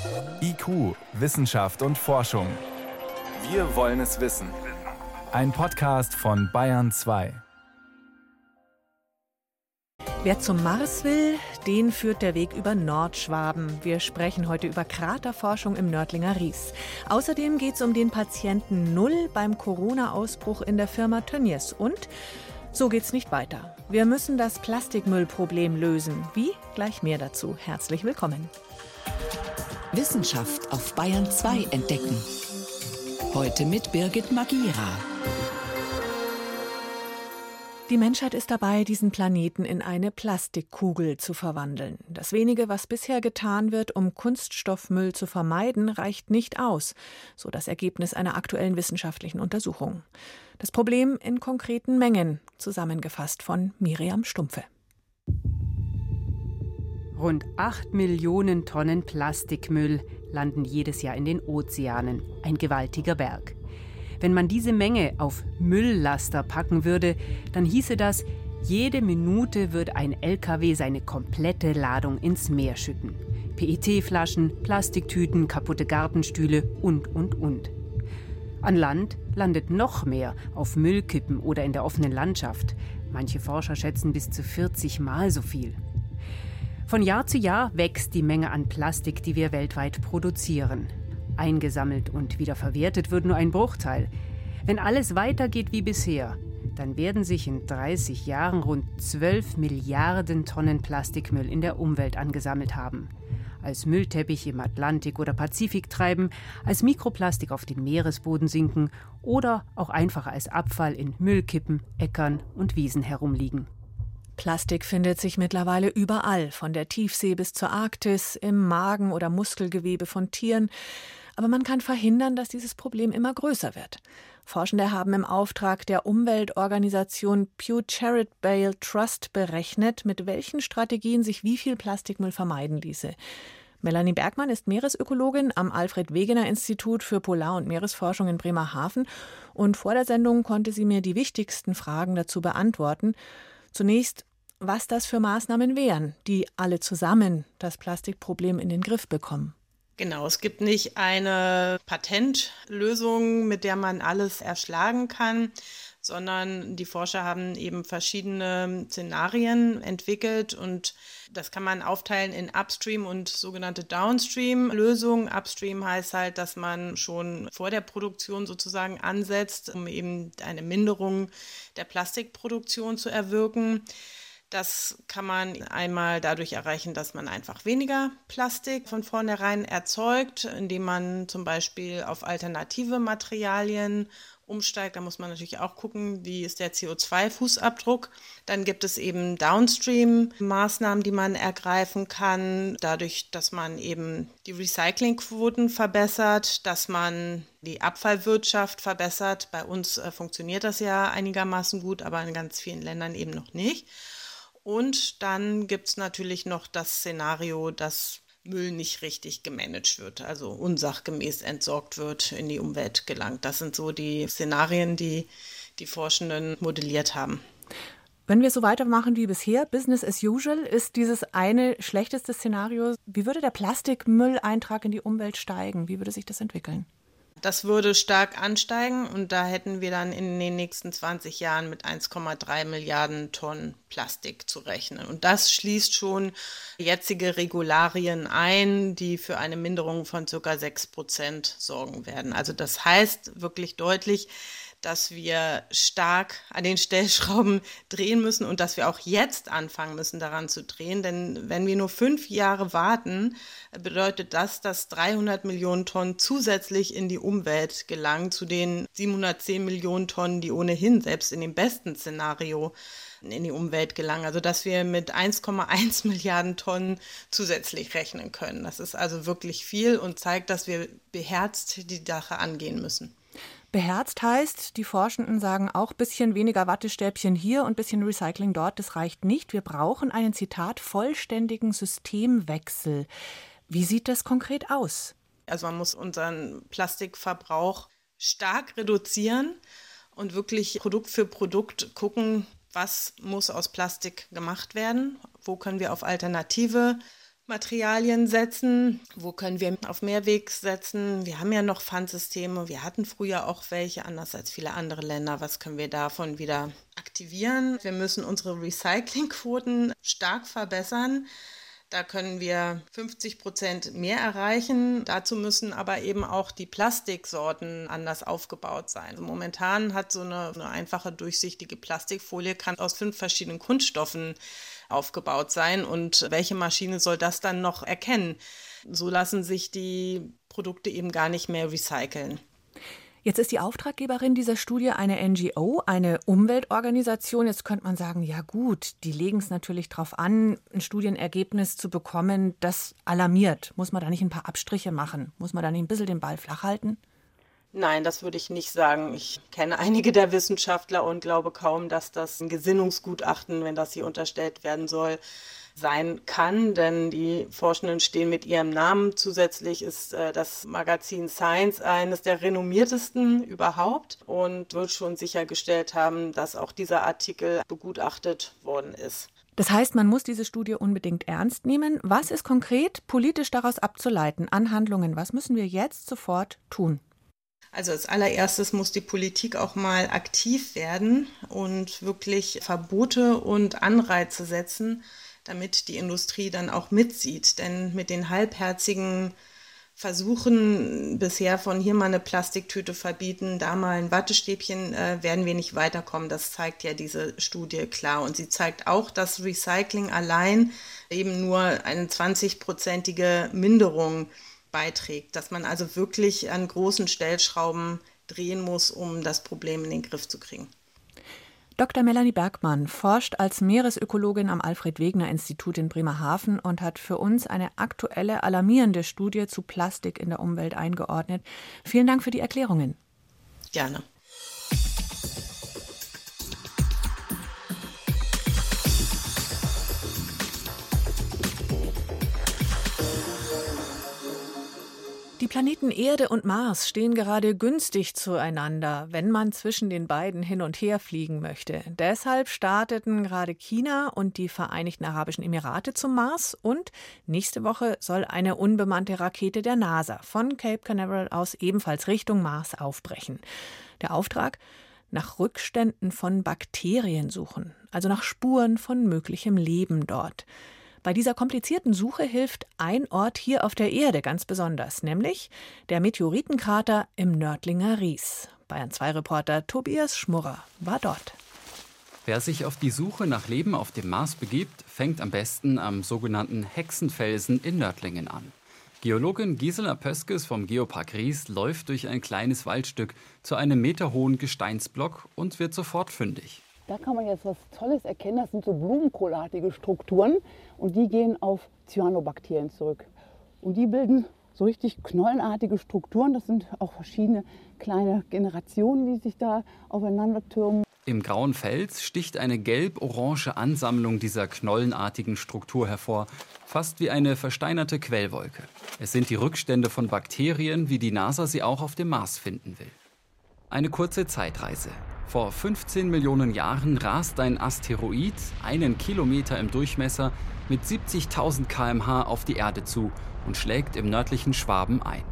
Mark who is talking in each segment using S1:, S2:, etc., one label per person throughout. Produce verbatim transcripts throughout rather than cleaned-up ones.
S1: I Q, Wissenschaft und Forschung. Wir wollen es wissen. Ein Podcast von Bayern zwei.
S2: Wer zum Mars will, den führt der Weg über Nordschwaben. Wir sprechen heute über Kraterforschung im Nördlinger Ries. Außerdem geht es um den Patienten Null beim Corona-Ausbruch in der Firma Tönnies. Und so geht's nicht weiter. Wir müssen das Plastikmüllproblem lösen. Wie? Gleich mehr dazu. Herzlich willkommen.
S3: Wissenschaft auf Bayern zwei entdecken. Heute mit Birgit Magira.
S2: Die Menschheit ist dabei, diesen Planeten in eine Plastikkugel zu verwandeln. Das Wenige, was bisher getan wird, um Kunststoffmüll zu vermeiden, reicht nicht aus, so das Ergebnis einer aktuellen wissenschaftlichen Untersuchung. Das Problem in konkreten Mengen, zusammengefasst von Miriam Stumpfe.
S4: Rund acht Millionen Tonnen Plastikmüll landen jedes Jahr in den Ozeanen. Ein gewaltiger Berg. Wenn man diese Menge auf Mülllaster packen würde, dann hieße das, jede Minute würde ein L K W seine komplette Ladung ins Meer schütten. P E T-Flaschen, Plastiktüten, kaputte Gartenstühle und, und, und. An Land landet noch mehr auf Müllkippen oder in der offenen Landschaft. Manche Forscher schätzen bis zu vierzig Mal so viel. Von Jahr zu Jahr wächst die Menge an Plastik, die wir weltweit produzieren. Eingesammelt und wieder verwertet wird nur ein Bruchteil. Wenn alles weitergeht wie bisher, dann werden sich in dreißig Jahren rund zwölf Milliarden Tonnen Plastikmüll in der Umwelt angesammelt haben. Als Müllteppich im Atlantik oder Pazifik treiben, als Mikroplastik auf den Meeresboden sinken oder auch einfach als Abfall in Müllkippen, Äckern und Wiesen herumliegen.
S2: Plastik findet sich mittlerweile überall, von der Tiefsee bis zur Arktis, im Magen oder Muskelgewebe von Tieren. Aber man kann verhindern, dass dieses Problem immer größer wird. Forschende haben im Auftrag der Umweltorganisation Pew Charitable Trust berechnet, mit welchen Strategien sich wie viel Plastikmüll vermeiden ließe. Melanie Bergmann ist Meeresökologin am Alfred-Wegener-Institut für Polar- und Meeresforschung in Bremerhaven. Und vor der Sendung konnte sie mir die wichtigsten Fragen dazu beantworten. Zunächst, was das für Maßnahmen wären, die alle zusammen das Plastikproblem in den Griff bekommen.
S5: Genau, es gibt nicht eine Patentlösung, mit der man alles erschlagen kann, sondern die Forscher haben eben verschiedene Szenarien entwickelt und das kann man aufteilen in Upstream und sogenannte Downstream-Lösungen. Upstream heißt halt, dass man schon vor der Produktion sozusagen ansetzt, um eben eine Minderung der Plastikproduktion zu erwirken. Das kann man einmal dadurch erreichen, dass man einfach weniger Plastik von vornherein erzeugt, indem man zum Beispiel auf alternative Materialien umsteigt. Da muss man natürlich auch gucken, wie ist der C O zwei Fußabdruck. Dann gibt es eben Downstream-Maßnahmen, die man ergreifen kann, dadurch, dass man eben die Recyclingquoten verbessert, dass man die Abfallwirtschaft verbessert. Bei uns äh, funktioniert das ja einigermaßen gut, aber in ganz vielen Ländern eben noch nicht. Und dann gibt es natürlich noch das Szenario, dass Müll nicht richtig gemanagt wird, also unsachgemäß entsorgt wird, in die Umwelt gelangt. Das sind so die Szenarien, die die Forschenden modelliert haben.
S2: Wenn wir so weitermachen wie bisher, Business as usual, ist dieses eine schlechteste Szenario. Wie würde der Plastikmülleintrag in die Umwelt steigen? Wie würde sich das entwickeln?
S5: Das würde stark ansteigen und da hätten wir dann in den nächsten zwanzig Jahren mit eins Komma drei Milliarden Tonnen Plastik zu rechnen. Und das schließt schon jetzige Regularien ein, die für eine Minderung von ca. sechs Prozent sorgen werden. Also das heißt wirklich deutlich, dass wir stark an den Stellschrauben drehen müssen und dass wir auch jetzt anfangen müssen, daran zu drehen. Denn wenn wir nur fünf Jahre warten, bedeutet das, dass dreihundert Millionen Tonnen zusätzlich in die Umwelt gelangen, zu den siebenhundertzehn Millionen Tonnen, die ohnehin selbst in dem besten Szenario in die Umwelt gelangen. Also dass wir mit eins Komma eins Milliarden Tonnen zusätzlich rechnen können. Das ist also wirklich viel und zeigt, dass wir beherzt die Sache angehen müssen.
S2: Beherzt heißt, die Forschenden sagen auch, bisschen weniger Wattestäbchen hier und bisschen Recycling dort, das reicht nicht. Wir brauchen einen, Zitat, vollständigen Systemwechsel. Wie sieht das konkret aus?
S5: Also man muss unseren Plastikverbrauch stark reduzieren und wirklich Produkt für Produkt gucken, was muss aus Plastik gemacht werden, wo können wir auf alternative Materialien setzen? Wo können wir auf Mehrweg setzen? Wir haben ja noch Pfandsysteme. Wir hatten früher auch welche, anders als viele andere Länder. Was können wir davon wieder aktivieren? Wir müssen unsere Recyclingquoten stark verbessern. Da können wir fünfzig Prozent mehr erreichen. Dazu müssen aber eben auch die Plastiksorten anders aufgebaut sein. Also momentan hat so eine, eine einfache, durchsichtige Plastikfolie kann aus fünf verschiedenen Kunststoffen aufgebaut sein. Und welche Maschine soll das dann noch erkennen? So lassen sich die Produkte eben gar nicht mehr recyceln.
S2: Jetzt ist die Auftraggeberin dieser Studie eine N G O, eine Umweltorganisation. Jetzt könnte man sagen, ja gut, die legen es natürlich darauf an, ein Studienergebnis zu bekommen, das alarmiert. Muss man da nicht ein paar Abstriche machen? Muss man da nicht ein bisschen den Ball flach halten?
S5: Nein, das würde ich nicht sagen. Ich kenne einige der Wissenschaftler und glaube kaum, dass das ein Gesinnungsgutachten, wenn das hier unterstellt werden soll, sein kann, denn die Forschenden stehen mit ihrem Namen. Zusätzlich ist äh, das Magazin Science eines der renommiertesten überhaupt und wird schon sichergestellt haben, dass auch dieser Artikel begutachtet worden ist.
S2: Das heißt, man muss diese Studie unbedingt ernst nehmen. Was ist konkret politisch daraus abzuleiten an Handlungen? Was müssen wir jetzt sofort tun?
S5: Also als allererstes muss die Politik auch mal aktiv werden und wirklich Verbote und Anreize setzen, damit die Industrie dann auch mitzieht. Denn mit den halbherzigen Versuchen bisher von hier mal eine Plastiktüte verbieten, da mal ein Wattestäbchen, äh, werden wir nicht weiterkommen. Das zeigt ja diese Studie klar. Und sie zeigt auch, dass Recycling allein eben nur eine zwanzigprozentige Minderung beiträgt. Dass man also wirklich an großen Stellschrauben drehen muss, um das Problem in den Griff zu kriegen.
S2: Doktor Melanie Bergmann forscht als Meeresökologin am Alfred-Wegener-Institut in Bremerhaven und hat für uns eine aktuelle, alarmierende Studie zu Plastik in der Umwelt eingeordnet. Vielen Dank für die Erklärungen.
S5: Gerne.
S2: Die Planeten Erde und Mars stehen gerade günstig zueinander, wenn man zwischen den beiden hin und her fliegen möchte. Deshalb starteten gerade China und die Vereinigten Arabischen Emirate zum Mars und nächste Woche soll eine unbemannte Rakete der NASA von Cape Canaveral aus ebenfalls Richtung Mars aufbrechen. Der Auftrag? Nach Rückständen von Bakterien suchen, also nach Spuren von möglichem Leben dort. Bei dieser komplizierten Suche hilft ein Ort hier auf der Erde ganz besonders, nämlich der Meteoritenkrater im Nördlinger Ries. Bayern zwei Reporter Tobias Schmurrer war dort.
S6: Wer sich auf die Suche nach Leben auf dem Mars begibt, fängt am besten am sogenannten Hexenfelsen in Nördlingen an. Geologin Gisela Pöskes vom Geopark Ries läuft durch ein kleines Waldstück zu einem meterhohen Gesteinsblock und wird sofort fündig.
S7: Da kann man jetzt was Tolles erkennen. Das sind so blumenkohlartige Strukturen und die gehen auf Cyanobakterien zurück. Und die bilden so richtig knollenartige Strukturen. Das sind auch verschiedene kleine Generationen, die sich da aufeinander türmen.
S6: Im grauen Fels sticht eine gelb-orange Ansammlung dieser knollenartigen Struktur hervor, fast wie eine versteinerte Quellwolke. Es sind die Rückstände von Bakterien, wie die NASA sie auch auf dem Mars finden will. Eine kurze Zeitreise. Vor fünfzehn Millionen Jahren rast ein Asteroid, einen Kilometer im Durchmesser, mit siebzigtausend Kilometer pro Stunde auf die Erde zu und schlägt im nördlichen Schwaben ein.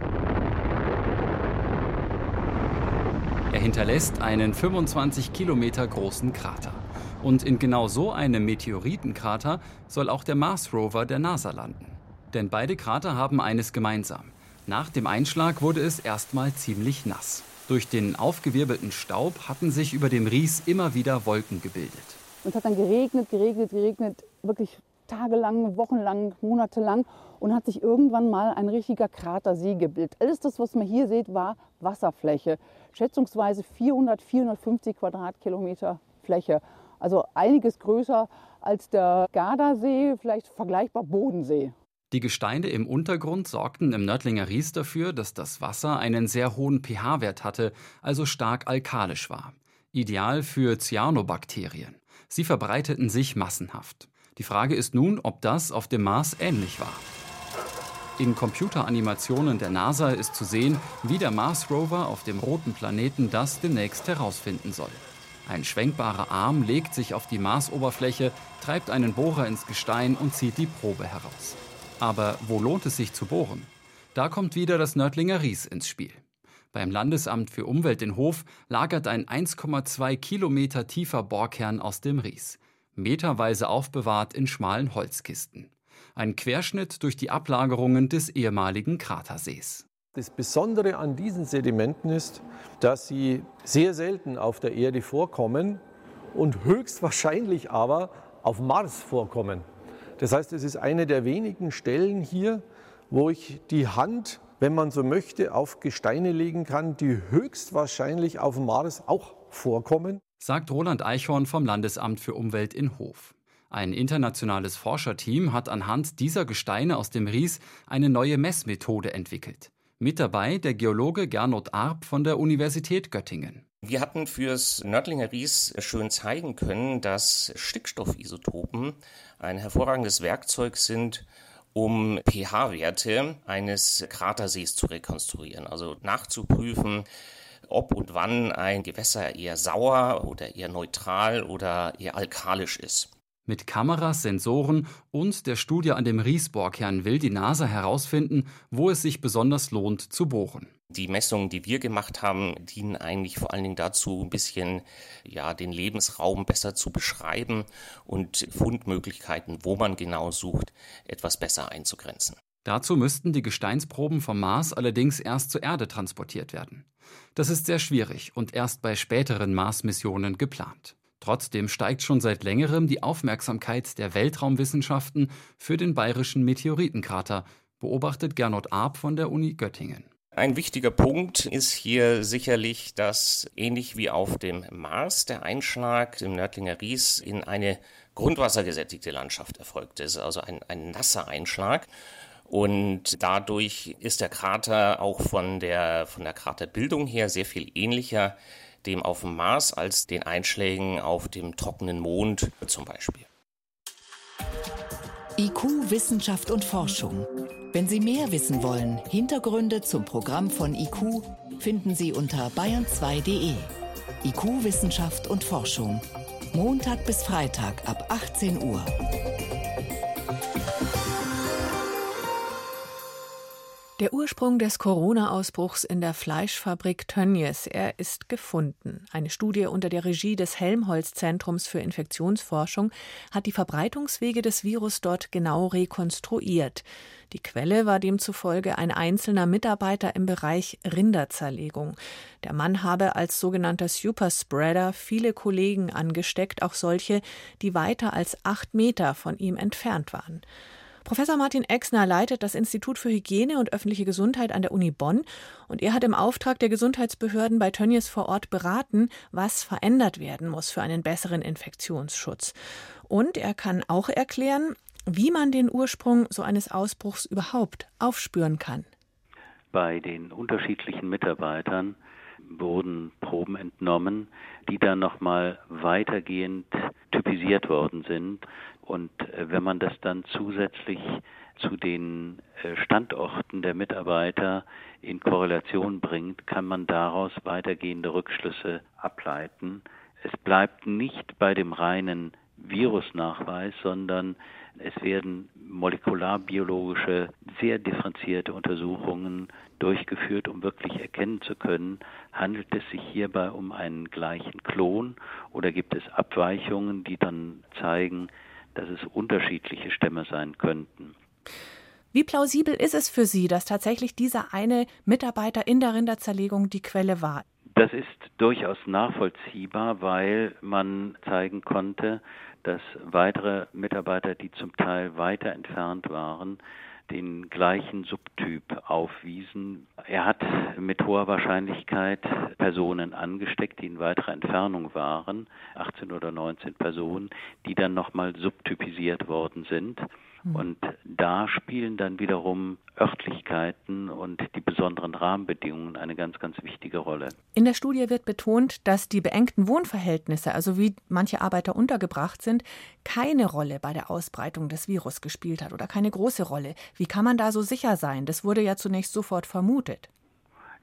S6: Er hinterlässt einen fünfundzwanzig Kilometer großen Krater. Und in genau so einem Meteoritenkrater soll auch der Mars-Rover der NASA landen. Denn beide Krater haben eines gemeinsam. Nach dem Einschlag wurde es erstmal ziemlich nass. Durch den aufgewirbelten Staub hatten sich über dem Ries immer wieder Wolken gebildet.
S7: Und es hat dann geregnet, geregnet, geregnet, wirklich tagelang, wochenlang, monatelang und hat sich irgendwann mal ein richtiger Kratersee gebildet. Alles das, was man hier sieht, war Wasserfläche. Schätzungsweise vierhundert, vierhundertfünfzig Quadratkilometer Fläche. Also einiges größer als der Gardasee, vielleicht vergleichbar Bodensee.
S6: Die Gesteine im Untergrund sorgten im Nördlinger Ries dafür, dass das Wasser einen sehr hohen pH-Wert hatte, also stark alkalisch war. Ideal für Cyanobakterien. Sie verbreiteten sich massenhaft. Die Frage ist nun, ob das auf dem Mars ähnlich war. In Computeranimationen der NASA ist zu sehen, wie der Mars-Rover auf dem roten Planeten das demnächst herausfinden soll. Ein schwenkbarer Arm legt sich auf die Marsoberfläche, treibt einen Bohrer ins Gestein und zieht die Probe heraus. Aber wo lohnt es sich zu bohren? Da kommt wieder das Nördlinger Ries ins Spiel. Beim Landesamt für Umwelt in Hof lagert ein eins Komma zwei Kilometer tiefer Bohrkern aus dem Ries, meterweise aufbewahrt in schmalen Holzkisten. Ein Querschnitt durch die Ablagerungen des ehemaligen Kratersees.
S8: Das Besondere an diesen Sedimenten ist, dass sie sehr selten auf der Erde vorkommen und höchstwahrscheinlich aber auf Mars vorkommen. Das heißt, es ist eine der wenigen Stellen hier, wo ich die Hand, wenn man so möchte, auf Gesteine legen kann, die höchstwahrscheinlich auf Mars auch vorkommen.
S6: Sagt Roland Eichhorn vom Landesamt für Umwelt in Hof. Ein internationales Forscherteam hat anhand dieser Gesteine aus dem Ries eine neue Messmethode entwickelt. Mit dabei der Geologe Gernot Arp von der Universität Göttingen.
S9: Wir hatten fürs Nördlinger Ries schön zeigen können, dass Stickstoffisotopen ein hervorragendes Werkzeug sind, um pH-Werte eines Kratersees zu rekonstruieren, also nachzuprüfen, ob und wann ein Gewässer eher sauer oder eher neutral oder eher alkalisch ist.
S6: Mit Kameras, Sensoren und der Studie an dem Riesbohrkern will die NASA herausfinden, wo es sich besonders lohnt zu bohren.
S9: Die Messungen, die wir gemacht haben, dienen eigentlich vor allen Dingen dazu, ein bisschen ja, den Lebensraum besser zu beschreiben und Fundmöglichkeiten, wo man genau sucht, etwas besser einzugrenzen.
S6: Dazu müssten die Gesteinsproben vom Mars allerdings erst zur Erde transportiert werden. Das ist sehr schwierig und erst bei späteren Mars-Missionen geplant. Trotzdem steigt schon seit längerem die Aufmerksamkeit der Weltraumwissenschaften für den bayerischen Meteoritenkrater, beobachtet Gernot Arp von der Uni Göttingen.
S9: Ein wichtiger Punkt ist hier sicherlich, dass ähnlich wie auf dem Mars der Einschlag im Nördlinger Ries in eine grundwassergesättigte Landschaft erfolgt ist, also ein, ein nasser Einschlag. Und dadurch ist der Krater auch von der, von der Kraterbildung her sehr viel ähnlicher dem auf dem Mars als den Einschlägen auf dem trockenen Mond zum Beispiel.
S3: I Q, Wissenschaft und Forschung. Wenn Sie mehr wissen wollen, Hintergründe zum Programm von I Q finden Sie unter bayern zwei punkt de. I Q, Wissenschaft und Forschung. Montag bis Freitag ab achtzehn Uhr.
S2: Der Ursprung des Corona-Ausbruchs in der Fleischfabrik Tönnies, er ist gefunden. Eine Studie unter der Regie des Helmholtz-Zentrums für Infektionsforschung hat die Verbreitungswege des Virus dort genau rekonstruiert. Die Quelle war demzufolge ein einzelner Mitarbeiter im Bereich Rinderzerlegung. Der Mann habe als sogenannter Superspreader viele Kollegen angesteckt, auch solche, die weiter als acht Meter von ihm entfernt waren. Professor Martin Exner leitet das Institut für Hygiene und öffentliche Gesundheit an der Uni Bonn und er hat im Auftrag der Gesundheitsbehörden bei Tönnies vor Ort beraten, was verändert werden muss für einen besseren Infektionsschutz. Und er kann auch erklären, wie man den Ursprung so eines Ausbruchs überhaupt aufspüren kann.
S10: Bei den unterschiedlichen Mitarbeitern wurden Proben entnommen, die dann nochmal weitergehend typisiert worden sind. Und wenn man das dann zusätzlich zu den Standorten der Mitarbeiter in Korrelation bringt, kann man daraus weitergehende Rückschlüsse ableiten. Es bleibt nicht bei dem reinen Virusnachweis, sondern es werden molekularbiologische, sehr differenzierte Untersuchungen durchgeführt, um wirklich erkennen zu können, handelt es sich hierbei um einen gleichen Klon oder gibt es Abweichungen, die dann zeigen, dass es unterschiedliche Stämme sein könnten.
S2: Wie plausibel ist es für Sie, dass tatsächlich dieser eine Mitarbeiter in der Rinderzerlegung die Quelle war?
S10: Das ist durchaus nachvollziehbar, weil man zeigen konnte, dass weitere Mitarbeiter, die zum Teil weiter entfernt waren, den gleichen Subtyp aufwiesen. Er hat mit hoher Wahrscheinlichkeit Personen angesteckt, die in weiterer Entfernung waren, achtzehn oder neunzehn Personen, die dann nochmal subtypisiert worden sind. Und da spielen dann wiederum Örtlichkeiten und die besonderen Rahmenbedingungen eine ganz, ganz wichtige Rolle.
S2: In der Studie wird betont, dass die beengten Wohnverhältnisse, also wie manche Arbeiter untergebracht sind, keine Rolle bei der Ausbreitung des Virus gespielt hat oder keine große Rolle. Wie kann man da so sicher sein? Das wurde ja zunächst sofort vermutet.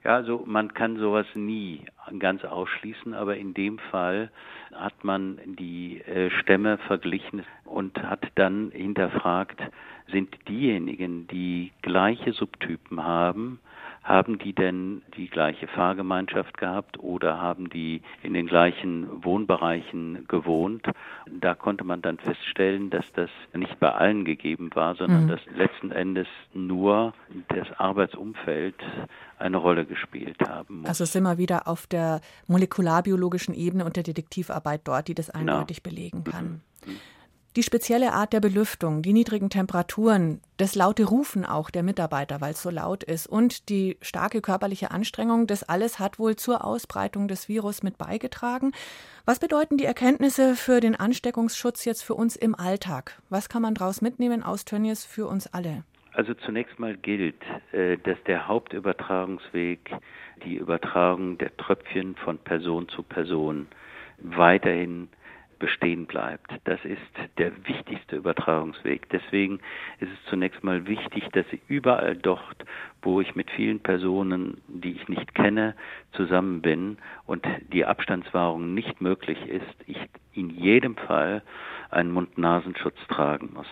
S10: Ja, also man kann sowas nie ganz ausschließen, aber in dem Fall hat man die äh, Stämme verglichen und hat dann hinterfragt, sind diejenigen, die gleiche Subtypen haben, haben die denn die gleiche Fahrgemeinschaft gehabt oder haben die in den gleichen Wohnbereichen gewohnt? Da konnte man dann feststellen, dass das nicht bei allen gegeben war, sondern mhm. dass letzten Endes nur das Arbeitsumfeld eine Rolle gespielt haben muss.
S2: Also sind wir wieder auf der molekularbiologischen Ebene und der Detektivarbeit dort, die das eindeutig genau. belegen kann. Mhm. Die spezielle Art der Belüftung, die niedrigen Temperaturen, das laute Rufen auch der Mitarbeiter, weil es so laut ist, und die starke körperliche Anstrengung, das alles hat wohl zur Ausbreitung des Virus mit beigetragen. Was bedeuten die Erkenntnisse für den Ansteckungsschutz jetzt für uns im Alltag? Was kann man daraus mitnehmen aus Tönnies für uns alle?
S10: Also zunächst mal gilt, dass der Hauptübertragungsweg, die Übertragung der Tröpfchen von Person zu Person, weiterhin bestehen bleibt. Das ist der wichtigste Übertragungsweg. Deswegen ist es zunächst mal wichtig, dass ich überall dort, wo ich mit vielen Personen, die ich nicht kenne, zusammen bin und die Abstandswahrung nicht möglich ist, ich in jedem Fall einen Mund-Nasenschutz tragen muss.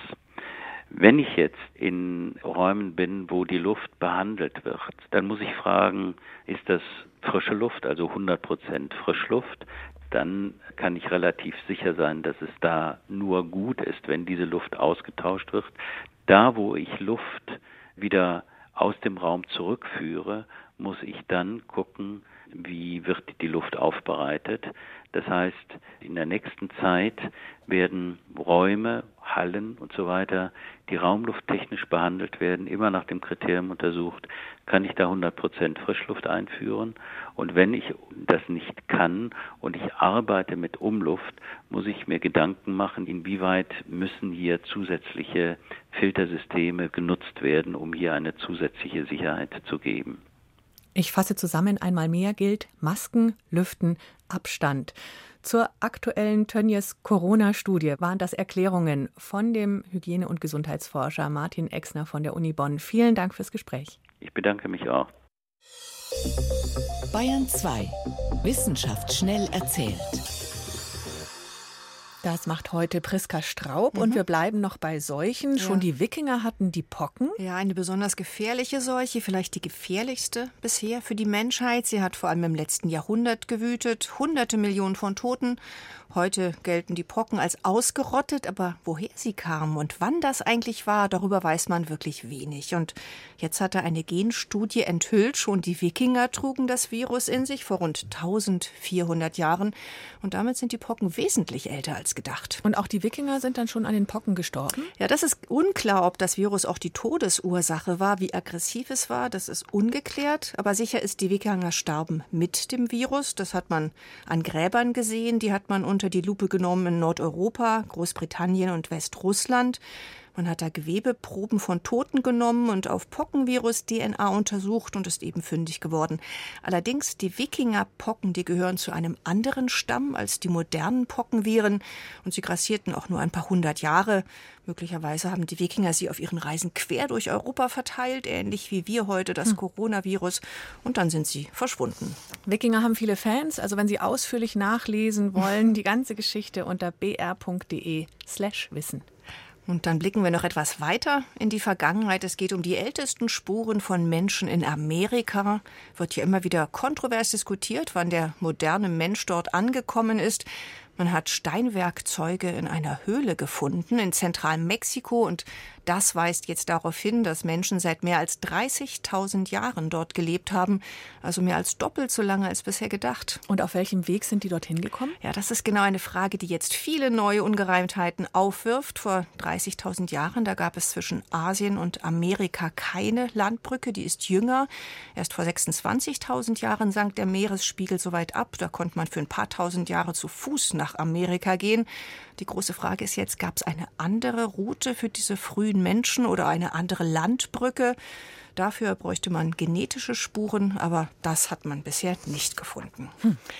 S10: Wenn ich jetzt in Räumen bin, wo die Luft behandelt wird, dann muss ich fragen, ist das frische Luft, also hundert Prozent Frischluft? Dann kann ich relativ sicher sein, dass es da nur gut ist, wenn diese Luft ausgetauscht wird. Da, wo ich Luft wieder aus dem Raum zurückführe, muss ich dann gucken, wie wird die Luft aufbereitet. Das heißt, in der nächsten Zeit werden Räume, Hallen und so weiter, die raumlufttechnisch behandelt werden, immer nach dem Kriterium untersucht, kann ich da hundert Prozent Frischluft einführen. Und wenn ich das nicht kann und ich arbeite mit Umluft, muss ich mir Gedanken machen, inwieweit müssen hier zusätzliche Filtersysteme genutzt werden, um hier eine zusätzliche Sicherheit zu geben.
S2: Ich fasse zusammen, einmal mehr gilt Masken, Lüften, Abstand. Zur aktuellen Tönnies Corona-Studie waren das Erklärungen von dem Hygiene- und Gesundheitsforscher Martin Exner von der Uni Bonn. Vielen Dank fürs Gespräch.
S10: Ich bedanke mich auch.
S3: Bayern zwei. Wissenschaft schnell erzählt.
S2: Das macht heute Priska Straub, mhm. und wir bleiben noch bei Seuchen. Ja. Schon die Wikinger hatten die Pocken.
S11: Ja, eine besonders gefährliche Seuche, vielleicht die gefährlichste bisher für die Menschheit. Sie hat vor allem im letzten Jahrhundert gewütet, hunderte Millionen von Toten. Heute gelten die Pocken als ausgerottet, aber woher sie kamen und wann das eigentlich war, darüber weiß man wirklich wenig. Und jetzt hatte eine Genstudie enthüllt, schon die Wikinger trugen das Virus in sich vor rund eintausendvierhundert Jahren. Und damit sind die Pocken wesentlich älter als gedacht.
S2: Und auch die Wikinger sind dann schon an den Pocken gestorben?
S11: Ja, das ist unklar, ob das Virus auch die Todesursache war, wie aggressiv es war, das ist ungeklärt. Aber sicher ist, die Wikinger starben mit dem Virus. Das hat man an Gräbern gesehen, die hat man unter die Lupe genommen in Nordeuropa, Großbritannien und Westrussland. Man hat da Gewebeproben von Toten genommen und auf Pockenvirus-D N A untersucht und ist eben fündig geworden. Allerdings, die Wikinger-Pocken, die gehören zu einem anderen Stamm als die modernen Pockenviren und sie grassierten auch nur ein paar hundert Jahre. Möglicherweise haben die Wikinger sie auf ihren Reisen quer durch Europa verteilt, ähnlich wie wir heute das hm. Coronavirus, und dann sind sie verschwunden.
S2: Wikinger haben viele Fans, also wenn Sie ausführlich nachlesen wollen, die ganze Geschichte unter b r punkt d e slash wissen.
S11: Und dann blicken wir noch etwas weiter in die Vergangenheit. Es geht um die ältesten Spuren von Menschen in Amerika. Wird ja immer wieder kontrovers diskutiert, wann der moderne Mensch dort angekommen ist. Man hat Steinwerkzeuge in einer Höhle gefunden in Zentralmexiko und das weist jetzt darauf hin, dass Menschen seit mehr als dreißigtausend Jahren dort gelebt haben, also mehr als doppelt so lange als bisher gedacht.
S2: Und auf welchem Weg sind die dorthin gekommen?
S11: Ja, das ist genau eine Frage, die jetzt viele neue Ungereimtheiten aufwirft. Vor dreißigtausend Jahren, da gab es zwischen Asien und Amerika keine Landbrücke, die ist jünger. Erst vor sechsundzwanzigtausend Jahren sank der Meeresspiegel so weit ab, da konnte man für ein paar tausend Jahre zu Fuß nach Amerika gehen. Die große Frage ist jetzt, gab es eine andere Route für diese frühen Menschen oder eine andere Landbrücke? Dafür bräuchte man genetische Spuren, aber das hat man bisher nicht gefunden. Hm.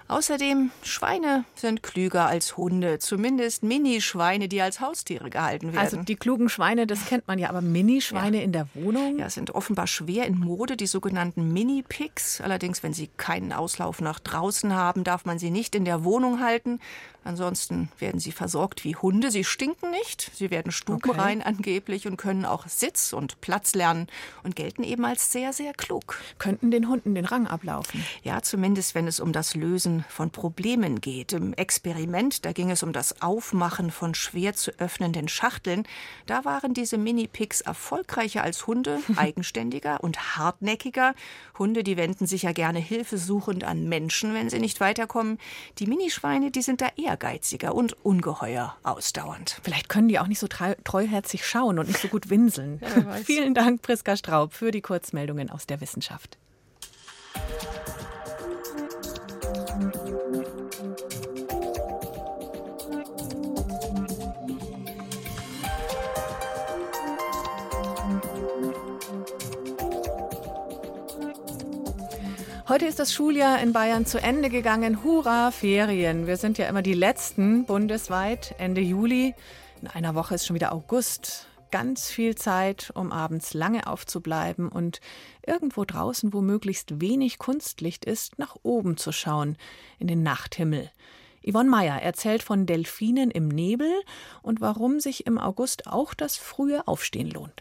S11: Außerdem, Schweine sind klüger als Hunde, zumindest Minischweine, die als Haustiere gehalten werden.
S2: Also die klugen Schweine, das kennt man ja, aber Minischweine ja. in der Wohnung?
S11: Ja, sind offenbar schwer in Mode, die sogenannten Mini-Pigs. Allerdings, wenn sie keinen Auslauf nach draußen haben, darf man sie nicht in der Wohnung halten. Ansonsten werden sie versorgt wie Hunde. Sie stinken nicht, sie werden stubenrein okay. angeblich und können auch Sitz und Platz lernen und gelten eben als sehr, sehr klug.
S2: Könnten den Hunden den Rang ablaufen?
S11: Ja, zumindest wenn es um das Lösen von Problemen geht. Im Experiment, da ging es um das Aufmachen von schwer zu öffnenden Schachteln. Da waren diese Mini-Pigs erfolgreicher als Hunde, eigenständiger und hartnäckiger. Hunde, die wenden sich ja gerne hilfesuchend an Menschen, wenn sie nicht weiterkommen. Die Minischweine, die sind da eher ehrgeiziger und ungeheuer ausdauernd.
S2: Vielleicht können die auch nicht so treu, treuherzig schauen und nicht so gut winseln. Ja, vielen Dank, Priska Straub, für die Kurzmeldungen aus der Wissenschaft. Heute ist das Schuljahr in Bayern zu Ende gegangen. Hurra, Ferien. Wir sind ja immer die Letzten bundesweit, Ende Juli. In einer Woche ist schon wieder August. Ganz viel Zeit, um abends lange aufzubleiben und irgendwo draußen, wo möglichst wenig Kunstlicht ist, nach oben zu schauen, in den Nachthimmel. Yvonne Meyer erzählt von Delfinen im Nebel und warum sich im August auch das frühe Aufstehen lohnt.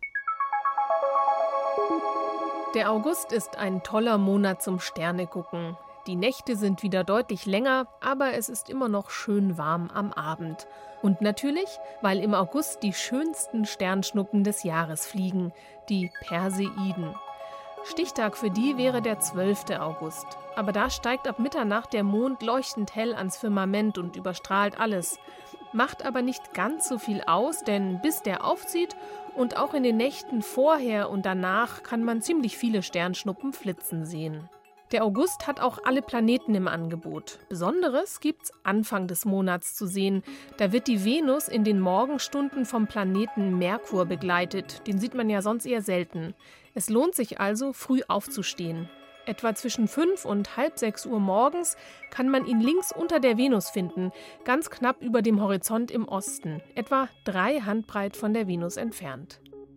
S12: Der August ist ein toller Monat zum Sternegucken. Die Nächte sind wieder deutlich länger, aber es ist immer noch schön warm am Abend. Und natürlich, weil im August die schönsten Sternschnuppen des Jahres fliegen, die Perseiden. Stichtag für die wäre der zwölfte August. Aber da steigt ab Mitternacht der Mond leuchtend hell ans Firmament und überstrahlt alles. Macht aber nicht ganz so viel aus, denn bis der aufzieht und auch in den Nächten vorher und danach kann man ziemlich viele Sternschnuppen flitzen sehen. Der August hat auch alle Planeten im Angebot. Besonderes gibt's Anfang des Monats zu sehen. Da wird die Venus in den Morgenstunden vom Planeten Merkur begleitet. Den sieht man ja sonst eher selten. Es lohnt sich also, früh aufzustehen. Etwa zwischen fünf und halb sechs Uhr morgens kann man ihn links unter der Venus finden, ganz knapp über dem Horizont im Osten, etwa drei Handbreit von der Venus entfernt.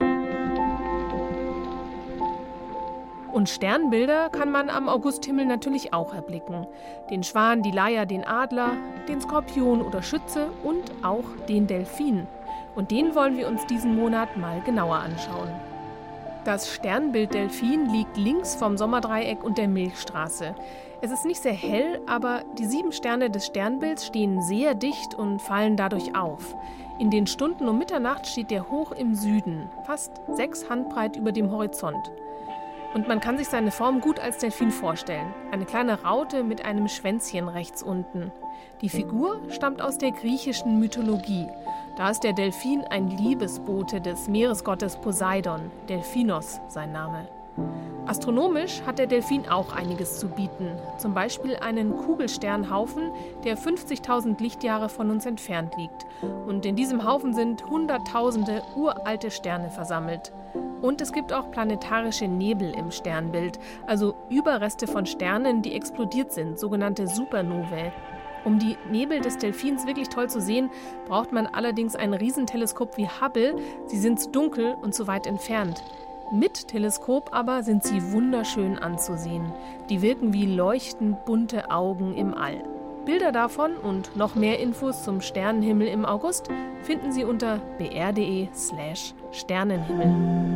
S12: Und Sternbilder kann man am Augusthimmel natürlich auch erblicken. Den Schwan, die Leier, den Adler, den Skorpion oder Schütze und auch den Delfin. Und den wollen wir uns diesen Monat mal genauer anschauen. Das Sternbild Delfin liegt links vom Sommerdreieck und der Milchstraße. Es ist nicht sehr hell, aber die sieben Sterne des Sternbilds stehen sehr dicht und fallen dadurch auf. In den Stunden um Mitternacht steht der hoch im Süden, fast sechs Handbreit über dem Horizont. Und man kann sich seine Form gut als Delfin vorstellen. Eine kleine Raute mit einem Schwänzchen rechts unten. Die Figur stammt aus der griechischen Mythologie. Da ist der Delfin ein Liebesbote des Meeresgottes Poseidon, Delphinos sein Name. Astronomisch hat der Delfin auch einiges zu bieten. Zum Beispiel einen Kugelsternhaufen, der fünfzigtausend Lichtjahre von uns entfernt liegt. Und in diesem Haufen sind hunderttausende uralte Sterne versammelt. Und es gibt auch planetarische Nebel im Sternbild, also Überreste von Sternen, die explodiert sind, sogenannte Supernovae. Um die Nebel des Delfins wirklich toll zu sehen, braucht man allerdings ein Riesenteleskop wie Hubble. Sie sind zu dunkel und zu weit entfernt. Mit Teleskop aber sind sie wunderschön anzusehen. Die wirken wie leuchtend bunte Augen im All. Bilder davon und noch mehr Infos zum Sternenhimmel im August finden Sie unter br.de slash Sternenhimmel.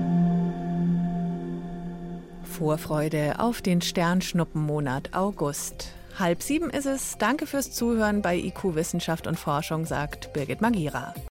S2: Vorfreude auf den Sternschnuppenmonat August. Halb sieben ist es. Danke fürs Zuhören bei I Q Wissenschaft und Forschung, sagt Birgit Magira.